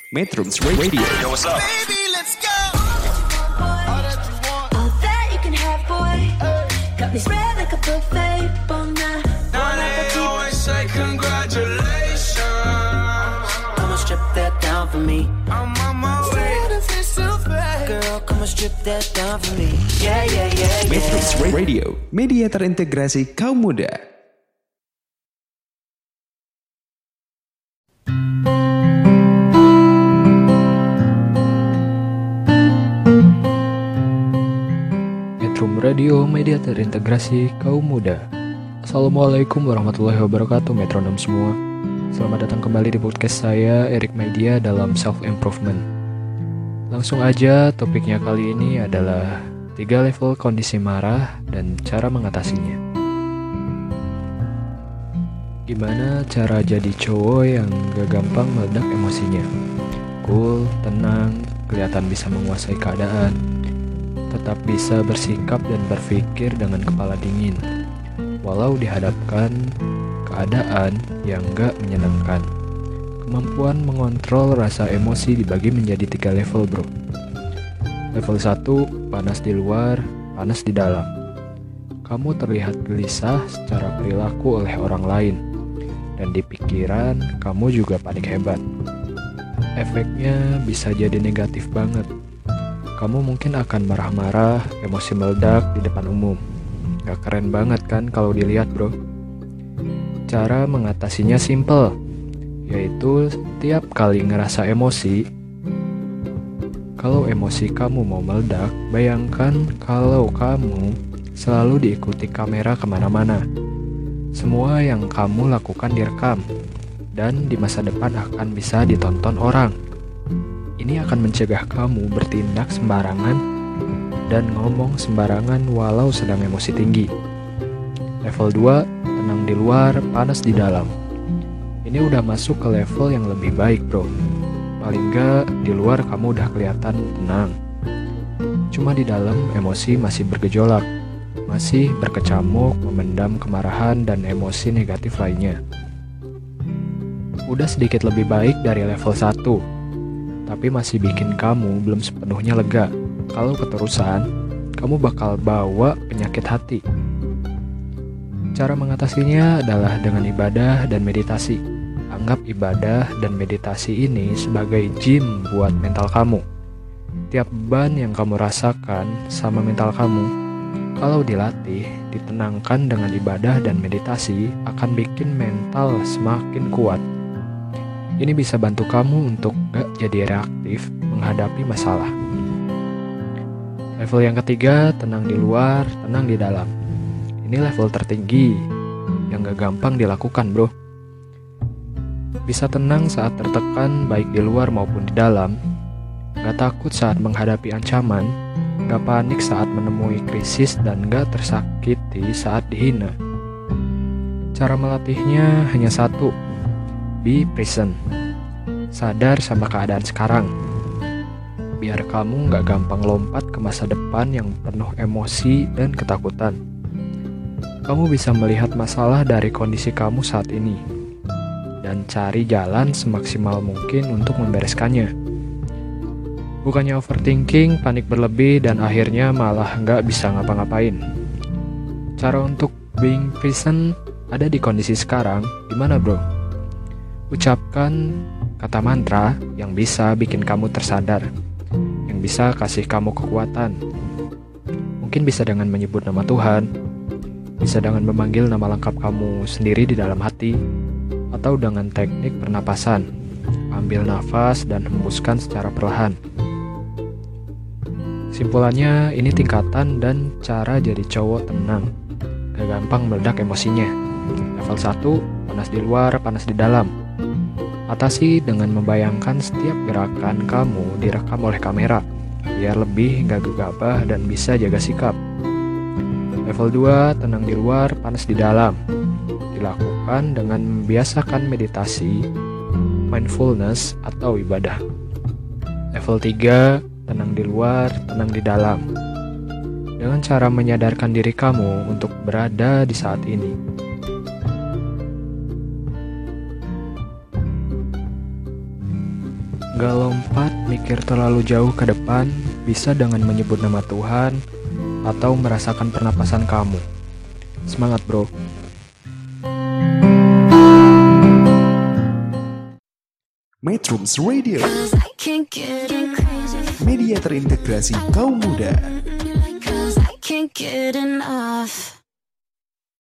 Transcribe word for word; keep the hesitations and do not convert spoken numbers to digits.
Metrums Radio. Yo, what's up? Baby, let's go. All that you want, all that you can have, boy. Got me spread like a buffet, bon nah. Now they always say congratulations. Come and strip that down for me. I'm on my way. Girl, come and strip that down for me. Yeah, yeah, yeah, yeah. Metrums Radio, media terintegrasi kaum muda. Metrum Radio, media terintegrasi kaum muda. Assalamualaikum warahmatullahi wabarakatuh, metronom semua. Selamat datang kembali di podcast saya, Erik Media, dalam Self Improvement. Langsung aja, topiknya kali ini adalah tiga level kondisi marah dan cara mengatasinya. Gimana cara jadi cowok yang gak gampang meledak emosinya? Cool, tenang, kelihatan bisa menguasai keadaan, tetap bisa bersikap dan berpikir dengan kepala dingin, walau dihadapkan keadaan yang gak menyenangkan. Kemampuan mengontrol rasa emosi dibagi menjadi tiga level, bro. Level satu, panas di luar, panas di dalam. Kamu terlihat gelisah secara perilaku oleh orang lain, dan di pikiran kamu juga panik hebat. Efeknya bisa jadi negatif banget. Kamu mungkin akan marah-marah, emosi meledak di depan umum. Gak keren banget kan kalau dilihat, bro? Cara mengatasinya simple, yaitu tiap kali ngerasa emosi, kalau emosi kamu mau meledak, bayangkan kalau kamu selalu diikuti kamera kemana-mana. Semua yang kamu lakukan direkam, dan di masa depan akan bisa ditonton orang. Ini akan mencegah kamu bertindak sembarangan dan ngomong sembarangan walau sedang emosi tinggi. Level dua, tenang di luar, panas di dalam. Ini udah masuk ke level yang lebih baik, bro. Paling gak di luar kamu udah kelihatan tenang. Cuma di dalam emosi masih bergejolak, masih berkecamuk, memendam kemarahan dan emosi negatif lainnya. Udah sedikit lebih baik dari level satu, tapi masih bikin kamu belum sepenuhnya lega. Kalau keterusan, kamu bakal bawa penyakit hati. Cara mengatasinya adalah dengan ibadah dan meditasi. Anggap ibadah dan meditasi ini sebagai gym buat mental kamu. Tiap beban yang kamu rasakan sama mental kamu, kalau dilatih, ditenangkan dengan ibadah dan meditasi, akan bikin mental semakin kuat. Ini bisa bantu kamu untuk gak jadi reaktif menghadapi masalah. Level yang ketiga, tenang di luar, tenang di dalam. Ini level tertinggi yang gak gampang dilakukan, bro. Bisa tenang saat tertekan baik di luar maupun di dalam, gak takut saat menghadapi ancaman, gak panik saat menemui krisis, dan gak tersakiti saat dihina. Cara melatihnya hanya satu, be present. Sadar sama keadaan sekarang, biar kamu gak gampang lompat ke masa depan yang penuh emosi dan ketakutan. Kamu bisa melihat masalah dari kondisi kamu saat ini dan cari jalan semaksimal mungkin untuk membereskannya. Bukannya overthinking, panik berlebih, dan akhirnya malah nggak bisa ngapa-ngapain. Cara untuk being present ada di kondisi sekarang, gimana, bro? Ucapkan kata mantra yang bisa bikin kamu tersadar, yang bisa kasih kamu kekuatan. Mungkin bisa dengan menyebut nama Tuhan, bisa dengan memanggil nama lengkap kamu sendiri di dalam hati, atau dengan teknik pernapasan. Ambil nafas dan hembuskan secara perlahan. Simpulannya, ini tingkatan dan cara jadi cowok tenang, gak gampang meledak emosinya. Level satu, panas di luar, panas di dalam. Atasi dengan membayangkan setiap gerakan kamu direkam oleh kamera, biar lebih gak gegabah dan bisa jaga sikap. Level dua, tenang di luar, panas di dalam. Dilakukan dengan membiasakan meditasi, mindfulness, atau ibadah. Level tiga, tenang di luar, tenang di dalam. Dengan cara menyadarkan diri kamu untuk berada di saat ini. Gak lompat mikir terlalu jauh ke depan, bisa dengan menyebut nama Tuhan atau merasakan pernapasan kamu. Semangat bro. Metrums Radio, Cause I can't get crazy. media terintegrasi kaum muda. Cause I can't get enough.